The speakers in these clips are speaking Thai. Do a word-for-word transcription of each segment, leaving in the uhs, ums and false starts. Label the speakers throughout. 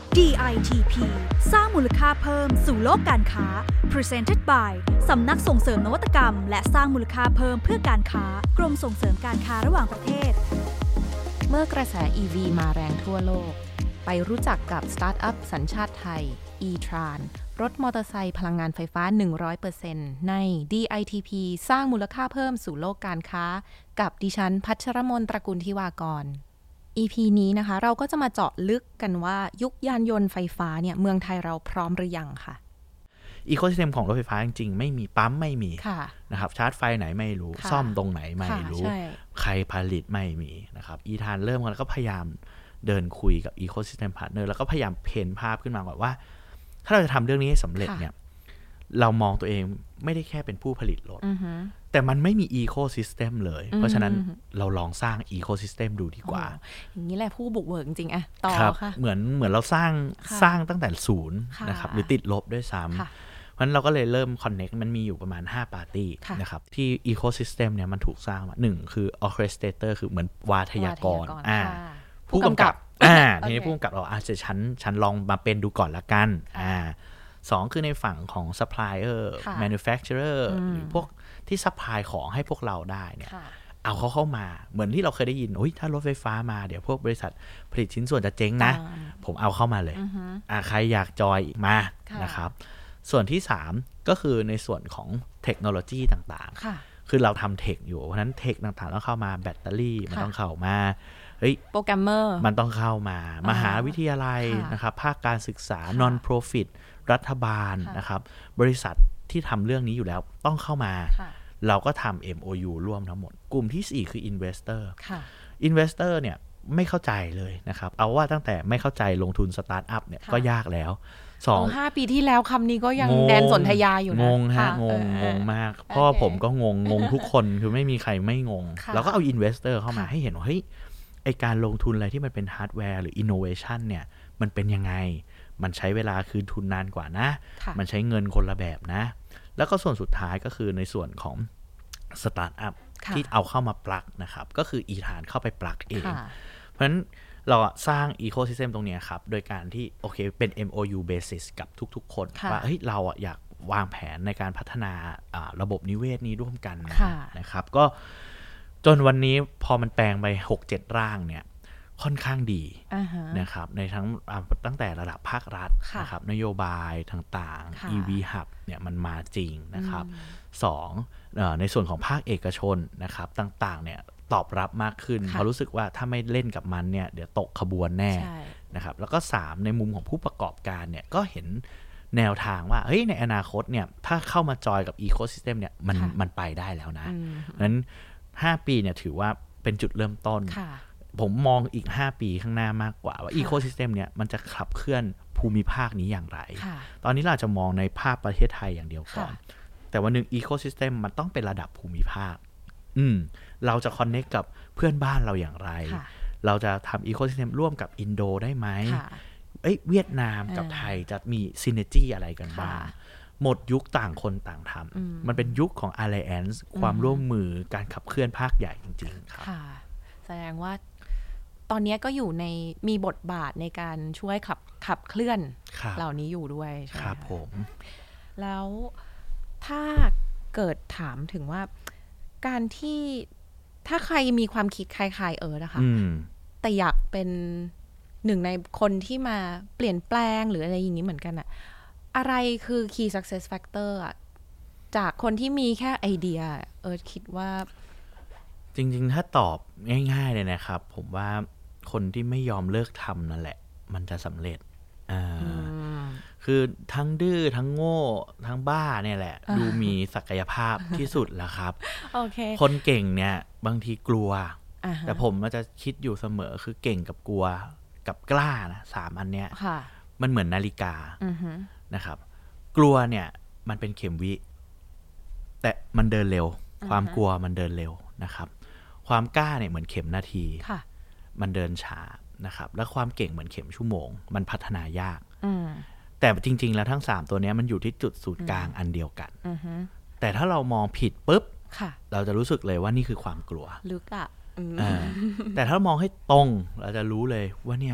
Speaker 1: ดี ไอ ที พี สร้างมูลค่าเพิ่มสู่โลกการค้า Presented by สำนักส่งเสริมนวัตกรรมและสร้างมูลค่าเพิ่มเพื่อการค้ากรมส่งเสริมการค้าระหว่างประเทศ
Speaker 2: เมื่อกระแส อี วี มาแรงทั่วโลกไปรู้จักกับสตาร์ทอัพสัญชาติไทย e-tran รถมอเตอร์ไซค์พลังงานไฟฟ้า หนึ่งร้อยเปอร์เซ็นต์ ใน ดี ไอ ที พี สร้างมูลค่าเพิ่มสู่โลกการค้ากับดิฉันพัชรมนตระกูลธิวากร อี พี นี้นะคะเราก็จะมาเจาะลึกกันว่ายุคยานยนต์ไฟฟ้าเนี่ยเมืองไทยเราพร้อมหรือยังค่ะ
Speaker 3: อีโคซิสเต็มของรถไฟฟ้าจริงๆไม่มีปั๊มไม่มีนะครับชาร์จไฟไหนไม่รู้ซ่อมตรงไหนไม่รู้ใครผลิตไม่มีนะครับอีธานเริ่มกันแล้วก็พยายามเดินคุยกับอีโคซิสเต็มพาร์ทเนอร์แล้วก็พยายามเพ้นภาพขึ้นมาก่อนว่าถ้าเราจะทำเรื่องนี้ให้สำเร็จเนี่ยเรามองตัวเองไม่ได้แค่เป็นผู้ผลิตรถแต่มันไม่มีอีโคซิสเต็มเลยเพราะฉะนั้นเราลองสร้างอีโคซิสเต็มดูดีกว่า
Speaker 2: อย่างนี้แหละผู้บุกเบิกจริงๆอะต่อค่ะ
Speaker 3: เหมือนเหมือนเราสร้างสร้างตั้งแต่ศูนย์นะครับหรือติดลบด้วยซ้ำเพราะฉะนั้นเราก็เลยเริ่ม connect มันมีอยู่ประมาณห้าปาร์ตี้นะครับที่ ecosystem เนี่ยมันถูกสร้างมาหนึ่งคือ orchestrator คือเหมือนวาทยากรอ่าผู้กำกับอ่าทีนี้ผู้กำกับเราอาจจะฉันฉันลองมาเป็นดูก่อนละกันอ่าสองคือในฝั่งของ supplier manufacturer หรือพวกที่ supply ของให้พวกเราได้เนี่ยเอาเขาเข้ามาเหมือนที่เราเคยได้ยินโอ้ยถ้ารถไฟฟ้ามาเดี๋ยวพวกบริษัทผลิตชิ้นส่วนจะเจ๊งนะผมเอาเข้ามาเลยอ่าใครอยากจอยมานะครับส่วนที่สามก็คือในส่วนของเทคโนโลยีต่างๆคือเราทำเทคอยู่เพราะฉะนั้นเทคต่างๆต้องเข้ามาแบตเตอรี่มันต้องเข้ามาเฮ้ย
Speaker 2: โปรแกรมเมอร์
Speaker 3: มันต้องเข้ามามหาวิทยาลัยนะครับภาคการศึกษา non profit รัฐบาลนะครับบริษัทที่ทำเรื่องนี้อยู่แล้วต้องเข้ามาเราก็ทำ เอ็ม โอ ยู ร่วมทั้งหมดกลุ่มที่สี่คือ investor investor เนี่ยไม่เข้าใจเลยนะครับเอาว่าตั้งแต่ไม่เข้าใจลงทุนสตาร์ทอัพเนี่ยก็ยากแล้ว
Speaker 2: สองห้าปีที่แล้วคำนี้ก็ยังแดนสนธยาอยู่นะ
Speaker 3: งงฮะงงงงมากพ่อผมก็งงงงทุกคนคือไม่มีใครไม่งงแล้วก็เอา investor เข้ามาให้เห็นว่าเฮ้ยไอการลงทุนอะไรที่มันเป็นฮาร์ดแวร์หรือ innovation เนี่ยมันเป็นยังไงมันใช้เวลาคืนทุนนานกว่านะมันใช้เงินคนละแบบนะแล้วก็ส่วนสุดท้ายก็คือในส่วนของสตาร์ทอัพที่เอาเข้ามาปลั๊กนะครับก็คืออีธานเข้าไปปลั๊กเองเพราะฉะนั้นเราสร้าง ecosystem ตรงนี้ครับโดยการที่โอเคเป็น เอ็ม โอ ยู basis กับทุกๆคนว่าเฮ้ยเราอ่ะอยากวางแผนในการพัฒนาระบบนิเวศนี้ร่วมกันนะครับก็จนวันนี้พอมันแปลงไป หกเจ็ด ร่างเนี่ยค่อนข้างดี uh-huh. นะครับในทั้งตั้งแต่ระดับภาครัฐนะครับนโยบายต่างๆ อี วี Hub เนี่ยมันมาจริงนะครับสองเอ่อในส่วนของภาคเอกชนนะครับต่างๆเนี่ยตอบรับมากขึ้นเพราะรู้สึกว่าถ้าไม่เล่นกับมันเนี่ยเดี๋ยวตกขบวนแน่นะครับแล้วก็สามในมุมของผู้ประกอบการเนี่ยก็เห็นแนวทางว่าเฮ้ยในอนาคตเนี่ยถ้าเข้ามาจอยกับ ecosystem เนี่ยมันมันไปได้แล้วนะงั้นห้าปีเนี่ยถือว่าเป็นจุดเริ่มต้นผมมองอีกห้าปีข้างหน้ามากกว่าว่า ecosystem เนี่ยมันจะขับเคลื่อนภูมิภาคนี้อย่างไรตอนนี้เราจะมองในภาพประเทศไทยอย่างเดียวก่อนแต่วันนึง ecosystem มันต้องเป็นระดับภูมิภาคอืมเราจะ connect กับเพื่อนบ้านเราอย่างไรเราจะทำ ecosystem ร่วมกับอินโดได้ไหมเอ้ยเวียดนามกับไทยจะมี synergy อะไรกันบ้างหมดยุคต่างคนต่างทำมันเป็นยุคของ alliance ความร่วมมือการขับเคลื่อนภาคใหญ่จริงๆครับ
Speaker 2: แสดงว่าตอนนี้ก็อยู่ในมีบทบาทในการช่วยขับขับเคลื่อนเหล่านี้อยู่ด้วยใช่ไหม
Speaker 3: ครับผม
Speaker 2: แล้วถ้าเกิดถามถึงว่าการที่ถ้าใครมีความคิดคล้ายๆเออนะคะแต่อยากเป็นหนึ่งในคนที่มาเปลี่ยนแปลงหรืออะไรอย่างนี้เหมือนกันอะอะไรคือ key success factor อะจากคนที่มีแค่ไอเดียเออคิดว่า
Speaker 3: จริงๆถ้าตอบง่ายๆเลยนะครับผมว่าคนที่ไม่ยอมเลิกทำนั่นแหละมันจะสำเร็จอ่าคือทั้งดื้อทั้งโง่ทั้งบ้าเนี่ยแหละดูมีศักยภาพที่สุดแล้วครับ
Speaker 2: okay.
Speaker 3: คนเก่งเนี่ยบางทีกลัว uh-huh. แต่ผมมันจะคิดอยู่เสมอคือเก่งกับกลัวกับกล้านะสามอันเนี้ย
Speaker 2: uh-huh.
Speaker 3: มันเหมือนนาฬิกา
Speaker 2: uh-huh.
Speaker 3: นะครับกลัวเนี่ยมันเป็นเข็มวิแต่มันเดินเร็ว uh-huh. ความกลัวมันเดินเร็วนะครับความกล้าเนี่ยเหมือนเข็มนาที
Speaker 2: uh-huh.
Speaker 3: มันเดินช้านะครับและความเก่งเหมือนเข็มชั่วโมงมันพัฒนายาก
Speaker 2: uh-huh.
Speaker 3: แต่จริงๆแล้วทั้งสามตัวนี้มันอยู่ที่จุดศูนย์กลาง uh-huh. อันเดียวกัน
Speaker 2: uh-huh.
Speaker 3: แต่ถ้าเรามองผิดปุ๊บ
Speaker 2: uh-huh.
Speaker 3: เราจะรู้สึกเลยว่านี่คือความกลัว
Speaker 2: ลึกอ่ะ
Speaker 3: แต่ถ้ามองให้ตรงเราจะรู้เลยว่าเนี่ย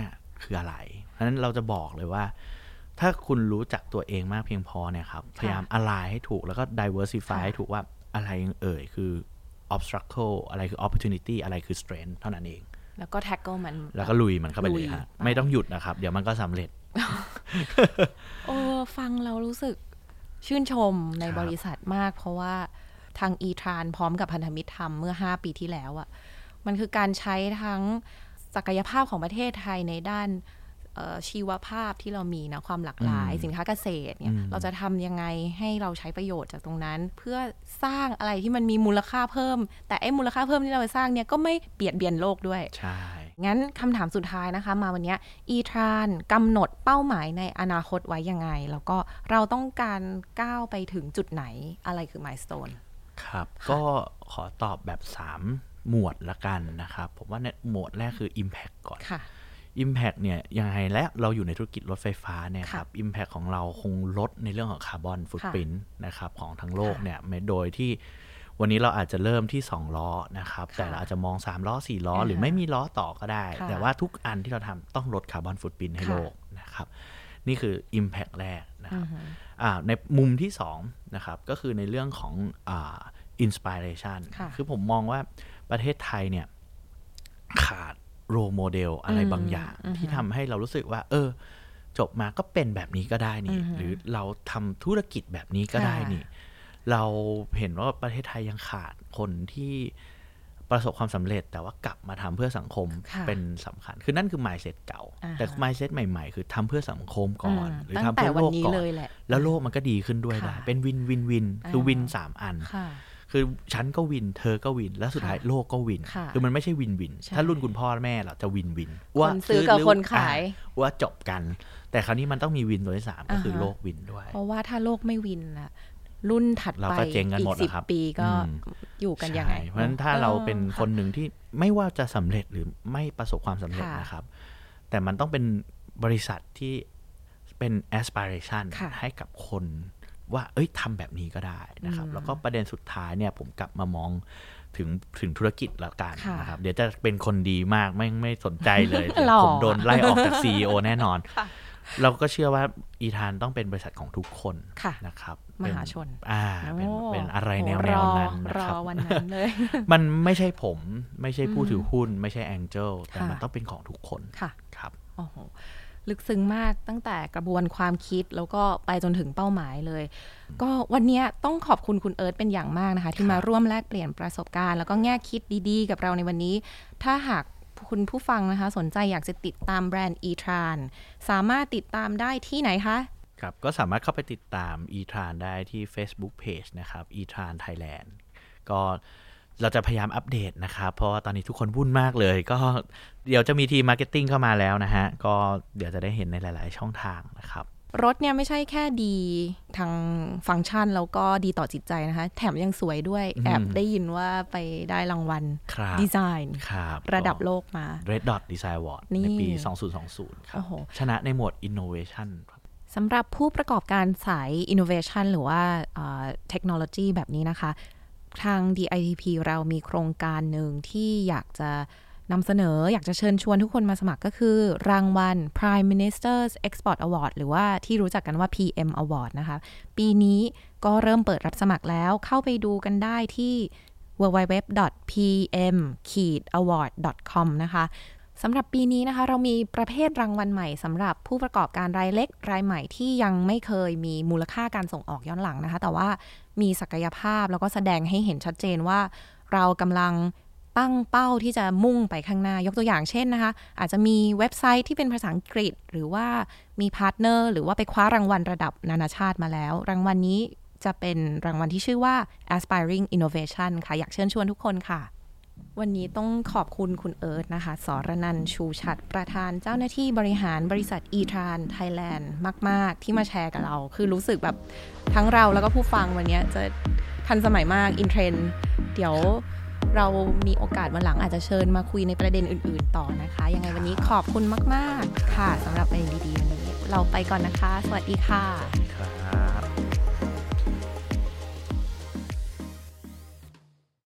Speaker 3: คืออะไรเพราะฉะนั้นเราจะบอกเลยว่าถ้าคุณรู้จักตัวเองมากเพียงพอเนี่ยครับพยายาม align ให้ถูกแล้วก็ diversify ให้ถูกว่าอะไรเอ่ยคือ obstacle อะไรคือ opportunity อะไรคือ strength เท่านั้นเอง
Speaker 2: แล้วก็ tackle มัน
Speaker 3: แล้วก็ลุยมันเข้าไปเลยฮะไม่ต้องหยุดนะครับเดี๋ยวมันก็สำเร็จ
Speaker 2: โอ้ฟังเรารู้สึกชื่นชมในบริษัทมากเพราะว่าทาง e-tran พร้อมกับพันธมิตรทำเมื่อห้าปีที่แล้วอ่ะมันคือการใช้ทั้งศักยภาพของประเทศไทยในด้านชีวภาพที่เรามีนะความหลากหลายสินค้าเกษตรเนี่ยเราจะทำยังไงให้เราใช้ประโยชน์จากตรงนั้นเพื่อสร้างอะไรที่มันมีมูลค่าเพิ่มแต่ไอ้มูลค่าเพิ่มที่เราไปสร้างเนี่ยก็ไม่เบียดเบียนโลกด้วย
Speaker 3: ใช่
Speaker 2: งั้นคำถามสุดท้ายนะคะมาวันนี้ e-tran กำหนดเป้าหมายในอนาคตไว้ยังไงแล้วก็เราต้องการก้าวไปถึงจุดไหนอะไรคือ milestone
Speaker 3: ครับก็ขอตอบแบบสามหมวดละกันนะครับผมว่าเนี่ยหมวดแรกคือ impact ก่อน
Speaker 2: ค่ะ
Speaker 3: Impact เนี่ยยังไงและเราอยู่ในธุรกิจรถไฟฟ้าเนี่ยครับ Impact ของเราคงลดในเรื่องของคาร์บอนฟุตพริ้นท์นะครับของทั้งโลกเนี่ยโดยที่วันนี้เราอาจจะเริ่มที่สองล้อนะครับแต่เราอาจจะมองสามล้อสี่ล้อหรือไม่มีล้อต่อก็ได้แต่ว่าทุกอันที่เราทำต้องลดคาร์บอนฟุตพริ้นท์ให้โลกนะครับนี่คือ Impact แรกนะครับในมุมที่สองนะครับก็คือในเรื่องของอ่า Inspiration คือผมมองว่าประเทศไทยเนี่ยขาดโรโมเดลอะไรบางอย่างที่ทำให้เรารู้สึกว่าเออจบมาก็เป็นแบบนี้ก็ได้นี่หรือเราทำธุรกิจแบบนี้ก็ได้นี่เราเห็นว่าประเทศไทยยังขาดคนที่ประสบความสำเร็จแต่ว่ากลับมาทำเพื่อสังคมเป็นสำคัญคือนั่นคือ mindset เก่าแต่ mindset ใหม่ๆคือทำเพื่อสังคมก่อนหรือทำเพื่อโลกก่อนแล้วโลกมันก็ดีขึ้นด้วยได้เป็นวินวินวินคือวินสามอันคือฉันก็วินเธอก็วินแล้วสุดท้ายโลกก็วินคือมันไม่ใช่วินวินถ้ารุ่นคุณพ่อแม่เราจะวินวิน
Speaker 2: ว่าซื้อกับคนขาย
Speaker 3: ว่าจบกันแต่คราวนี้มันต้องมีวินตัวที่สามก็คือโลกวินด้วย
Speaker 2: เพราะว่าถ้าโลกไม่วินนะรุ่นถัดไปอีกสิบปีก็อยู่กันยังไง
Speaker 3: เพราะฉะนั้นถ้าเราเป็นคนหนึ่งที่ไม่ว่าจะสำเร็จหรือไม่ประสบความสำเร็จนะครับแต่มันต้องเป็นบริษัทที่เป็น aspiration ให้กับคนว่าเอ้ยทำแบบนี้ก็ได้นะครับแล้วก็ประเด็นสุดท้ายเนี่ยผมกลับมามองถึงถึงธุรกิจละกันนะครับเดี๋ยวจะเป็นคนดีมากไม่ไม่สนใจเลยผมโดนไล่ออกจาก ซี อี โอ แน่นอนเราก็เชื่อว่า e-tran ต้องเป็นบริษัทของทุกคนนะครับ
Speaker 2: มหาชน
Speaker 3: อ่าเป็นเป็นอะไรแนวแนวนั้นนะครับ
Speaker 2: รอวันนั้นเลย
Speaker 3: มันไม่ใช่ผมไม่ใช่ผู้ถือหุ้นไม่ใช่ Angel แต่มันต้องเป็นของทุกคนครับ
Speaker 2: โอ้โหลึกซึ้งมากตั้งแต่กระบวนความคิดแล้วก็ไปจนถึงเป้าหมายเลยก็วันนี้ต้องขอบคุณคุณเอิร์ธเป็นอย่างมากนะคะที่มาร่วมแลกเปลี่ยนประสบการณ์แล้วก็แง่คิดดีๆกับเราในวันนี้ถ้าหากคุณผู้ฟังนะคะสนใจอยากจะติดตามแบรนด์ e-tran สามารถติดตามได้ที่ไหนคะ
Speaker 3: ครับก็สามารถเข้าไปติดตาม e-tran ได้ที่ Facebook Page นะครับ e-tran Thailand ก็เราจะพยายามอัปเดตนะครับเพราะว่าตอนนี้ทุกคนวุ่นมากเลยก็เดี๋ยวจะมีทีมมาร์เก็ตติ้งเข้ามาแล้วนะฮะก็เดี๋ยวจะได้เห็นในหลายๆช่องทางนะครับ
Speaker 2: รถเนี่ยไม่ใช่แค่ดีทางฟังก์ชันแล้วก็ดีต่อจิตใจนะคะแถมยังสวยด้วยแอบได้ยินว่าไปได้รางวัลดีไซน์ระดับโลกมา
Speaker 3: Red Dot Design Award ในปีสองพันยี่สิบครับชนะในหมวด Innovation
Speaker 2: สำหรับผู้ประกอบการสาย Innovation หรือว่าเทคโนโลยีแบบนี้นะคะทาง ดี ไอ ที พี เรามีโครงการหนึ่งที่อยากจะนำเสนออยากจะเชิญชวนทุกคนมาสมัครก็คือรางวัล Prime Minister's Export Award หรือว่าที่รู้จักกันว่า พี เอ็ม Award นะคะปีนี้ก็เริ่มเปิดรับสมัครแล้วเข้าไปดูกันได้ที่ ดับเบิลยู ดับเบิลยู ดับเบิลยู ดอท พี เอ็ม อวอร์ด ดอท คอม นะคะสำหรับปีนี้นะคะเรามีประเภทรางวัลใหม่สำหรับผู้ประกอบการรายเล็กรายใหม่ที่ยังไม่เคยมีมูลค่าการส่งออกย้อนหลังนะคะแต่ว่ามีศักยภาพแล้วก็แสดงให้เห็นชัดเจนว่าเรากำลังตั้งเป้าที่จะมุ่งไปข้างหน้ายกตัวอย่างเช่นนะคะอาจจะมีเว็บไซต์ที่เป็นภาษาอังกฤษหรือว่ามีพาร์ทเนอร์หรือว่าไปคว้ารางวัลระดับนานาชาติมาแล้วรางวัลนี้จะเป็นรางวัลที่ชื่อว่า Aspiring Innovation ค่ะอยากเชิญชวนทุกคนค่ะวันนี้ต้องขอบคุณคุณเอิร์ธนะคะสรนันท์ชูชัดประธานเจ้าหน้าที่บริหารบริษัท e-tran Thailand มากๆที่มาแชร์กับเราคือรู้สึกแบบทั้งเราแล้วก็ผู้ฟังวันนี้จะทันสมัยมากอินเทรนด์เดี๋ยวเรามีโอกาสวันหลังอาจจะเชิญมาคุยในประเด็นอื่นๆต่อนะคะยังไงวันนี้ขอบคุณมากๆค่ะสำหรับประเด็นดีๆวันนี้เราไปก่อนนะคะสวัสดีค่ะ